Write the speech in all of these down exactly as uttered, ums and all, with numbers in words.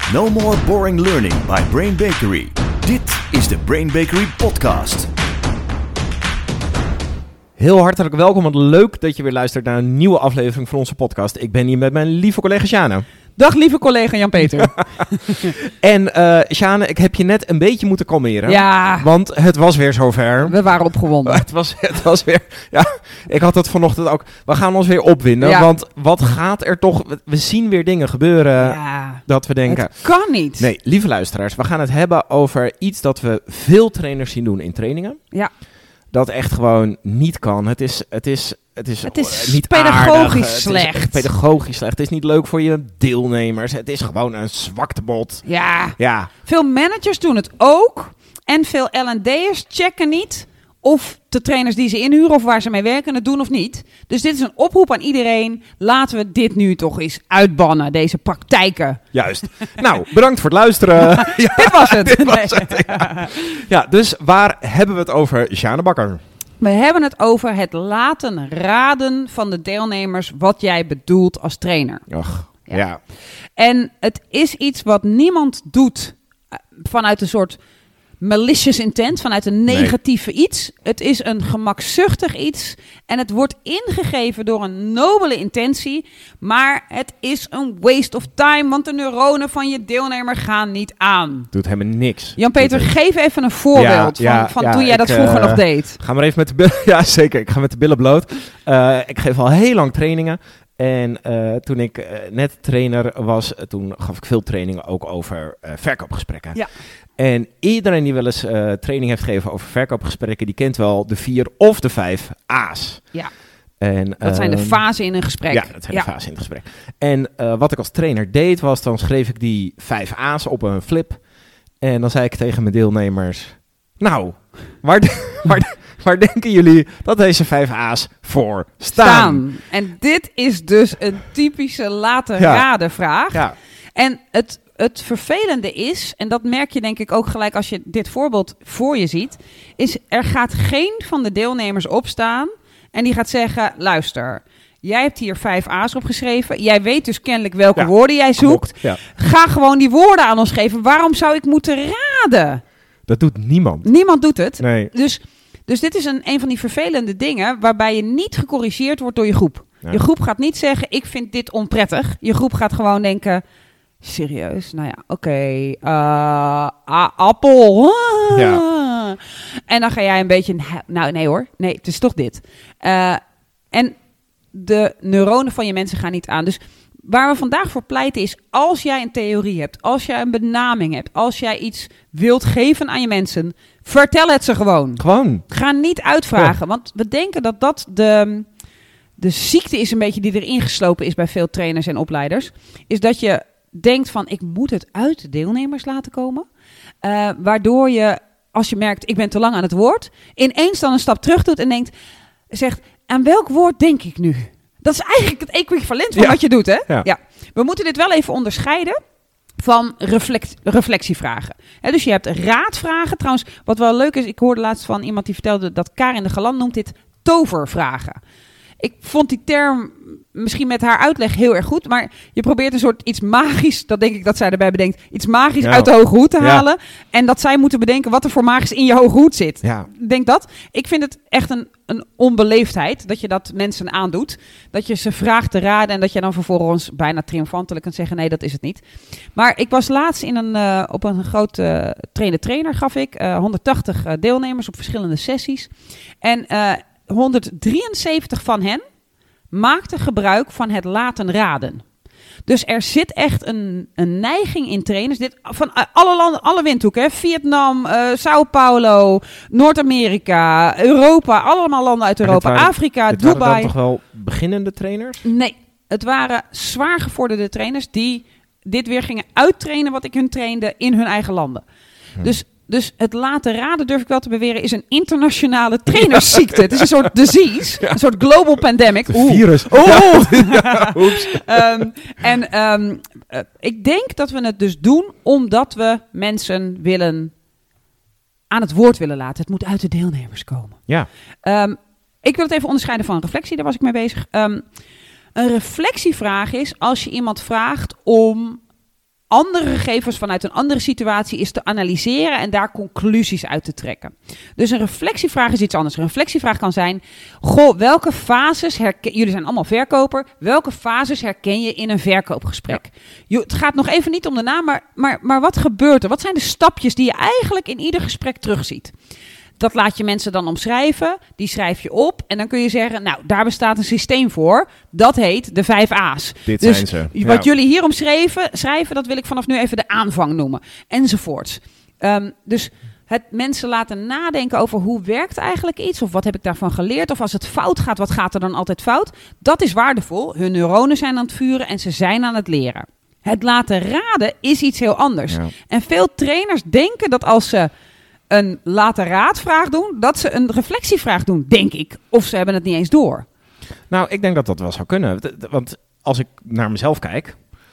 No more boring learning by Brain Bakery. Dit is de Brain Bakery podcast. Heel hartelijk welkom, wat leuk dat je weer luistert naar een nieuwe aflevering van onze podcast. Ik ben hier met mijn lieve collega Sjane. Dag lieve collega Jan-Peter. En uh, Sjane, ik heb je net een beetje moeten kalmeren. Ja. Want het was weer zover. We waren opgewonden. Het was, het was weer, ja, ik had het vanochtend ook. We gaan ons weer opwinden, Ja. want wat gaat er toch, we zien weer dingen gebeuren Ja. dat we denken. Het kan niet. Nee, lieve luisteraars, we gaan het hebben over iets dat we veel trainers zien doen in trainingen. Ja. Dat echt gewoon niet kan. Het is, het is, het is, Het is uh, niet pedagogisch aardig. slecht. Het is pedagogisch slecht. Het is niet leuk voor je deelnemers. Het is gewoon een zwaktebod. Ja. Ja, Veel managers doen het ook. En veel L en D'ers checken niet of de trainers die ze inhuren of waar ze mee werken het doen of niet. Dus dit is een oproep aan iedereen. Laten we dit nu toch eens uitbannen, deze praktijken. juist. Nou, bedankt voor het luisteren. Ja, Dit was het. dit was Nee. het, ja. Ja, dus waar hebben we het over, Sjane Bakker? We hebben het over het laten raden van de deelnemers wat jij bedoelt als trainer. Och, ja. Ja. ja. En het is iets wat niemand doet uh, vanuit een soort malicious intent, vanuit een negatieve iets. Het is een gemakzuchtig iets en het wordt ingegeven door een nobele intentie, maar het is een waste of time, want de neuronen van je deelnemer gaan niet aan. Doet helemaal niks. Jan-Peter, Doet geef even een voorbeeld Ja, ja, van, van ja, toen jij ik, dat vroeger uh, nog deed. Ga maar even met de billen. Ja, zeker. Ik ga met de billen bloot. Uh, ik geef al heel lang trainingen. En uh, toen ik uh, net trainer was, uh, toen gaf ik veel trainingen ook over uh, verkoopgesprekken. Ja. En iedereen die wel eens uh, training heeft gegeven over verkoopgesprekken, die kent wel de vier of de vijf A's. Ja. En, Dat zijn de uh, fasen in een gesprek. Ja, dat zijn de fasen in het gesprek. En uh, wat ik als trainer deed was, dan schreef ik die vijf A's op een flip. En dan zei ik tegen mijn deelnemers, nou, waar, de, waar, de, waar denken jullie dat deze vijf A's voor staan? Staan. En dit is dus een typische laten Ja. raden vraag. Ja, En het, het vervelende is, en dat merk je denk ik ook gelijk als je dit voorbeeld voor je ziet, is er gaat geen van de deelnemers opstaan en die gaat zeggen, luister, jij hebt hier vijf A's opgeschreven. Jij weet dus kennelijk welke Ja, woorden jij zoekt. klopt. Ja. Ga gewoon die woorden aan ons geven. Waarom zou ik moeten raden? Dat doet niemand. Niemand doet het. Nee. Dus, dus dit is een, een van die vervelende dingen waarbij je niet gecorrigeerd wordt door je groep. Ja. Je groep gaat niet zeggen, ik vind dit onprettig. Je groep gaat gewoon denken, serieus? Nou ja, oké. Okay. Uh, a- appel. Ja. En dan ga jij een beetje, nou nee hoor, nee, het is toch dit. Uh, en de neuronen van je mensen gaan niet aan. Dus waar we vandaag voor pleiten is, als jij een theorie hebt, als jij een benaming hebt, als jij iets wilt geven aan je mensen, vertel het ze gewoon. Gewoon. Ga niet uitvragen, want we denken dat dat de, de ziekte is een beetje die erin geslopen is bij veel trainers en opleiders. Is dat je denkt van, ik moet het uit de deelnemers laten komen. Uh, waardoor je, als je merkt, ik ben te lang aan het woord, ineens dan een stap terug doet en denkt, zegt, aan welk woord denk ik nu? Dat is eigenlijk het equivalent van Ja. wat je doet, hè? Ja. Ja. We moeten dit wel even onderscheiden van reflect, reflectievragen. He, dus je hebt raadvragen. Trouwens, wat wel leuk is, ik hoorde laatst van iemand die vertelde dat Karin de Galan noemt dit tovervragen. Ik vond die term misschien met haar uitleg heel erg goed, maar je probeert een soort iets magisch, dat denk ik dat zij erbij bedenkt, iets magisch Ja. uit de hoge hoed te Ja. halen. En dat zij moeten bedenken wat er voor magisch in je hoge hoed zit. Ja. Denk dat. Ik vind het echt een, een onbeleefdheid dat je dat mensen aandoet. Dat je ze vraagt te raden en dat je dan vervolgens bijna triomfantelijk kunt zeggen, nee, dat is het niet. Maar ik was laatst in een, uh, op een grote uh, trainer-trainer, gaf ik, uh, honderdtachtig uh, deelnemers op verschillende sessies. En uh, honderddrieënzeventig van hen maakten gebruik van het laten raden. Dus er zit echt een, een neiging in trainers. Dit, van alle landen, alle windhoeken. Hè? Vietnam, uh, Sao Paulo, Noord-Amerika, Europa. Allemaal landen uit Europa. waren, Afrika, het Dubai. waren dan toch wel beginnende trainers? Nee, het waren zwaar gevorderde trainers die dit weer gingen uittrainen wat ik hun trainde in hun eigen landen. Hm. Dus... Dus het laten raden, durf ik wel te beweren, is een internationale trainersziekte. Ja. Het is een soort disease, ja. Een soort global pandemic. Een virus. Oeh. Ja, oeps. um, en um, uh, ik denk dat we het dus doen omdat we mensen willen aan het woord willen laten. Het moet uit de deelnemers komen. Ja. Um, ik wil het even onderscheiden van een reflectie, daar was ik mee bezig. Um, een reflectievraag is als je iemand vraagt om andere gegevens vanuit een andere situatie is te analyseren en daar conclusies uit te trekken. Dus een reflectievraag is iets anders. Een reflectievraag kan zijn, goh, welke fases herken... Jullie zijn allemaal verkoper. Welke fases herken je in een verkoopgesprek? Ja. Je, het gaat nog even niet om de naam, maar, maar, maar wat gebeurt er? Wat zijn de stapjes die je eigenlijk in ieder gesprek terugziet? Dat laat je mensen dan omschrijven. Die schrijf je op. En dan kun je zeggen, nou, daar bestaat een systeem voor. Dat heet de vijf A's. Dit dus zijn ze. Wat Ja. jullie hier omschrijven, schrijven, dat wil ik vanaf nu even de aanvang noemen. Enzovoorts. Um, dus het mensen laten nadenken over hoe werkt eigenlijk iets. Of wat heb ik daarvan geleerd. Of als het fout gaat, wat gaat er dan altijd fout? Dat is waardevol. Hun neuronen zijn aan het vuren en ze zijn aan het leren. Het laten raden is iets heel anders. Ja. En veel trainers denken dat als ze een laten raadvraag doen, dat ze een reflectievraag doen, denk ik. Of ze hebben het niet eens door. Nou, ik denk dat dat wel zou kunnen. D- d- Want als ik naar mezelf kijk,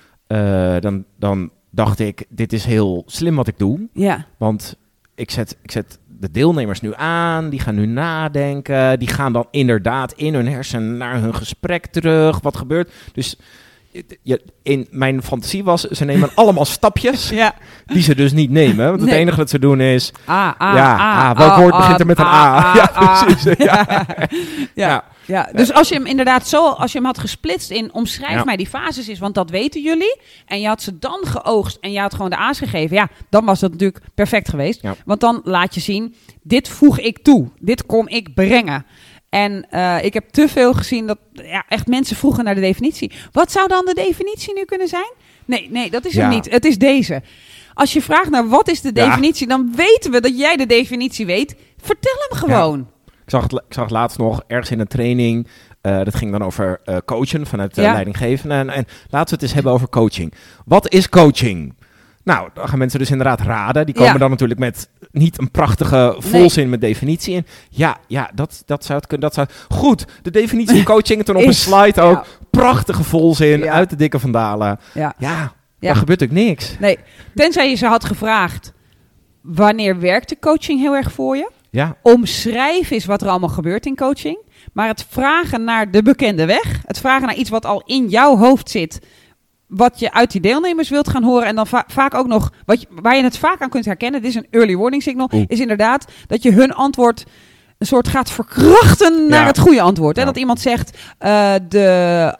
uh, dan, dan dacht ik, dit is heel slim wat ik doe. Ja. Want ik zet, ik zet de deelnemers nu aan, die gaan nu nadenken. Die gaan dan inderdaad in hun hersenen naar hun gesprek terug. Wat gebeurt? Dus je, in mijn fantasie was, ze nemen allemaal stapjes Ja. die ze dus niet nemen. Want het Nee. enige dat ze doen is... A, A, ja, A, A. Welk A, woord A, begint er met een A? A, Ja, A. precies. Ja. Ja. Ja. Ja, dus als je hem inderdaad zo, als je hem had gesplitst in omschrijf Ja. mij die fases is, want dat weten jullie. En je had ze dan geoogst en je had gewoon de A's gegeven. Ja, dan was dat natuurlijk perfect geweest. Ja. Want dan laat je zien, dit voeg ik toe. Dit kom ik brengen. En uh, ik heb te veel gezien dat ja, echt mensen vroegen naar de definitie. Wat zou dan de definitie nu kunnen zijn? Nee, nee, dat is Ja. hem niet. Het is deze. Als je vraagt naar wat is de Ja. definitie, dan weten we dat jij de definitie weet. Vertel hem gewoon. Ik zag, het, ik zag het laatst nog ergens in een training. Uh, dat ging dan over uh, coachen vanuit uh, Ja. leidinggevende. En, en laten we het eens hebben over coaching. Wat is coaching? Nou, dan gaan mensen dus inderdaad raden. Die komen Ja. dan natuurlijk met niet een prachtige volzin met definitie in. Ja, ja dat, dat zou het kunnen. Dat zou het... Goed, de definitie van coaching. En toen op een Is- slide ook. ja. Prachtige volzin Ja. uit de dikke vandalen. Ja. Ja, Ja. daar gebeurt ook niks. Nee, tenzij je ze had gevraagd, wanneer werkt de coaching heel erg voor je? Ja, Omschrijf is wat er allemaal gebeurt in coaching. Maar het vragen naar de bekende weg, het vragen naar iets wat al in jouw hoofd zit, wat je uit die deelnemers wilt gaan horen en dan va- vaak ook nog, wat je, waar je het vaak aan kunt herkennen, dit is een early warning signal, Oeh. is inderdaad dat je hun antwoord een soort gaat verkrachten naar Ja. het goede antwoord. Hè? Ja. Dat iemand zegt, uh, de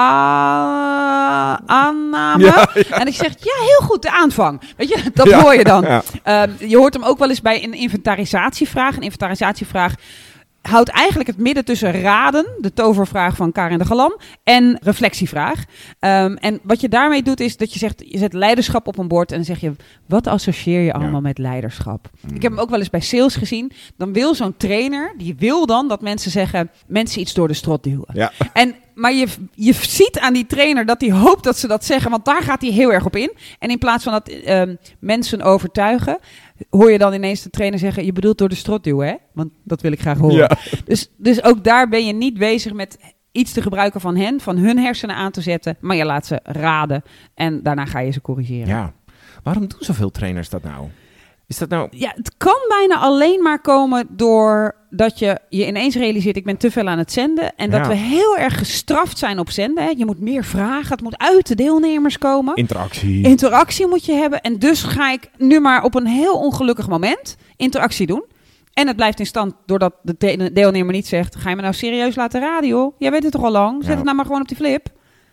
a- aanname. Ja, En ik zeg, ja, heel goed, de aanvang. Weet je, dat Ja. hoor je dan. Ja. Um, je hoort hem ook wel eens bij een inventarisatievraag. Een inventarisatievraag houdt eigenlijk het midden tussen raden, de tovervraag van Karin de Galan, en reflectievraag. Um, en wat je daarmee doet is dat je zegt, je zet leiderschap op een bord en dan zeg je, wat associeer je allemaal Ja. met leiderschap? Mm. Ik heb hem ook wel eens bij sales gezien. Dan wil zo'n trainer, die wil dan dat mensen zeggen, mensen iets door de strot duwen. Ja. En, maar je, je ziet aan die trainer dat hij hoopt dat ze dat zeggen, want daar gaat hij heel erg op in. En in plaats van dat um, mensen overtuigen, hoor je dan ineens de trainer zeggen, je bedoelt door de strot duwen, hè? Want dat wil ik graag horen. Ja. Dus, dus ook daar ben je niet bezig met iets te gebruiken van hen, van hun hersenen aan te zetten, maar je laat ze raden en daarna ga je ze corrigeren. Ja. Waarom doen zoveel trainers dat nou? Is dat nou... Ja, het kan bijna alleen maar komen doordat je je ineens realiseert, ik ben te veel aan het zenden. En dat Ja. we heel erg gestraft zijn op zenden. Hè. Je moet meer vragen, het moet uit de deelnemers komen. Interactie. Interactie moet je hebben. En dus ga ik nu maar op een heel ongelukkig moment interactie doen. En het blijft in stand doordat de de- deelnemer niet zegt, ga je me nou serieus laten raden, joh? Jij weet het toch al lang? Zet Ja. het nou maar gewoon op die flip.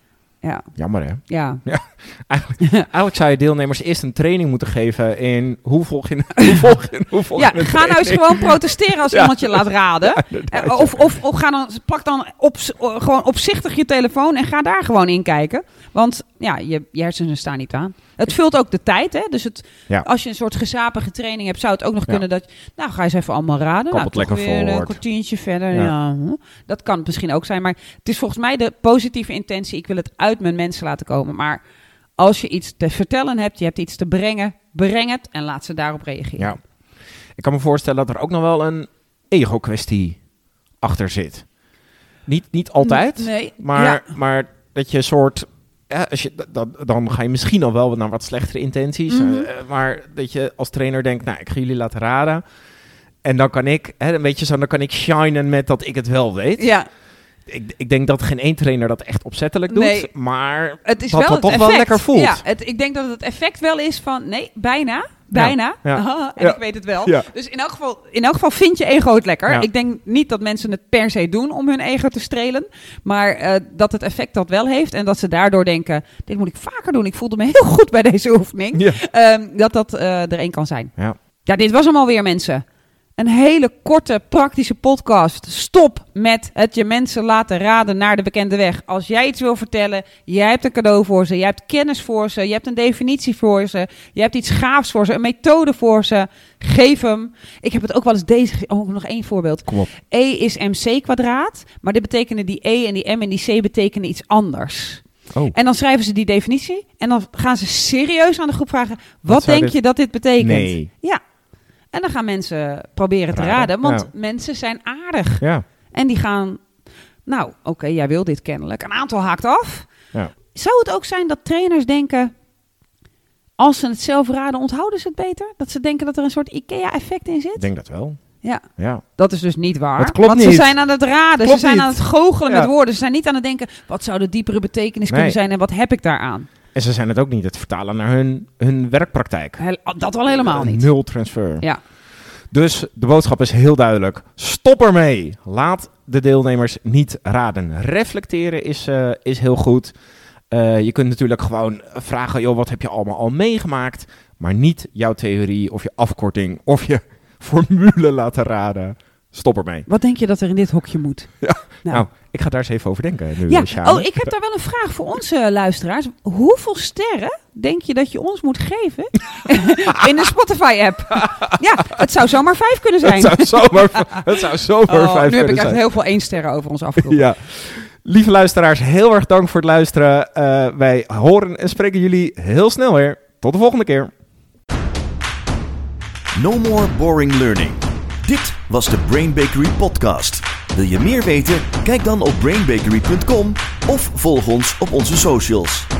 Ja, Jammer, hè? ja. Eigenlijk zou je deelnemers eerst een training moeten geven in hoe volg je, hoe volg je, hoe volg Ja, je een ga nou eens training? gewoon protesteren als Ja. iemand je laat raden. Ja, inderdaad, Eh, of, of, of ga dan, plak dan op, gewoon opzichtig je telefoon en ga daar gewoon in kijken. Want ja, je, je hersenen staan niet aan. Het vult ook de tijd, hè? Dus het, Ja. als je een soort gezapige training hebt, zou het ook nog Ja. kunnen dat... Nou, ga eens even allemaal raden. Kabbelt nou, toch lekker weer een voort. kwartiertje verder. Ja. Ja. hm. Dat kan het misschien ook zijn. Maar het is volgens mij de positieve intentie. Ik wil het uit mijn mensen laten komen. Maar als je iets te vertellen hebt, je hebt iets te brengen, breng het en laat ze daarop reageren. Ja. Ik kan me voorstellen dat er ook nog wel een ego-kwestie achter zit. Niet, niet altijd, Nee. maar, Ja. maar dat je een soort... Ja, als je, dat, dan ga je misschien al wel naar wat slechtere intenties. Mhm. eh, maar dat je als trainer denkt, nou, ik ga jullie laten raden. En dan kan ik, hè, een beetje zo, dan kan ik shinen met dat ik het wel weet. Ja. Ik, ik denk dat geen één trainer dat echt opzettelijk doet, Nee. maar Het is dat wel het het toch wel effect. lekker voelt. Ja, het, ik denk dat het effect wel is van, nee, bijna, bijna. Ja. Aha, en Ja. ik weet het wel. Ja. Dus in elk, geval, in elk geval vind je ego het lekker. Ja. Ik denk niet dat mensen het per se doen om hun ego te strelen. Maar uh, dat het effect dat wel heeft. En dat ze daardoor denken, dit moet ik vaker doen. Ik voelde me heel goed bij deze oefening. Ja. Um, dat dat uh, er één kan zijn. Ja. Ja, dit was hem alweer, mensen. Een hele korte, praktische podcast. Stop met het je mensen laten raden naar de bekende weg. Als jij iets wil vertellen, jij hebt een cadeau voor ze, jij hebt kennis voor ze, je hebt een definitie voor ze, je hebt iets gaafs voor ze, een methode voor ze, geef hem. Ik heb het ook wel eens deze... Oh, nog één voorbeeld. Kom op. E is mc kwadraat, maar dit betekenen die E en die M en die C betekenen iets anders. Oh. En dan schrijven ze die definitie en dan gaan ze serieus aan de groep vragen, wat, Wat zou denk dit- je dat dit betekent? Nee. Ja. En dan gaan mensen proberen te Raden, raden, want ja. mensen zijn aardig. Ja. En die gaan, nou, oké, okay, jij wil dit kennelijk. Een aantal haakt af. Ja. Zou het ook zijn dat trainers denken, als ze het zelf raden, onthouden ze het beter? Dat ze denken dat er een soort IKEA-effect in zit? Ik denk dat wel. Ja, Ja. dat is dus niet waar. Dat klopt want niet. ze zijn aan het raden, Klopt ze zijn niet. aan het goochelen Ja. met woorden. Ze zijn niet aan het denken, wat zou de diepere betekenis kunnen Nee. zijn en wat heb ik daaraan? En ze zijn het ook niet het vertalen naar hun, hun werkpraktijk. Hel- dat al helemaal niet. Nul transfer. Ja. Dus de boodschap is heel duidelijk. Stop ermee. Laat de deelnemers niet raden. Reflecteren is, uh, is heel goed. Uh, je kunt natuurlijk gewoon vragen, joh, wat heb je allemaal al meegemaakt? Maar niet jouw theorie of je afkorting of je formule laten raden. Stop ermee. Wat denk je dat er in dit hokje moet? Ja. Nou. Nou, ik ga daar eens even over denken nu, Ja, Sjane. oh, ik heb daar wel een vraag voor onze luisteraars. Hoeveel sterren denk je dat je ons moet geven in de Spotify-app? Ja, het zou zomaar vijf kunnen zijn. Het zou zomaar, het zou zomaar Oh, vijf nu heb ik kunnen echt zijn. heel veel één sterren over ons afgeroepen. Ja. Lieve luisteraars, heel erg dank voor het luisteren. Uh, wij horen en spreken jullie heel snel weer. Tot de volgende keer. No more boring learning. Dit was de Brain Bakery podcast. Wil je meer weten? Kijk dan op brain bakery punt com of volg ons op onze socials.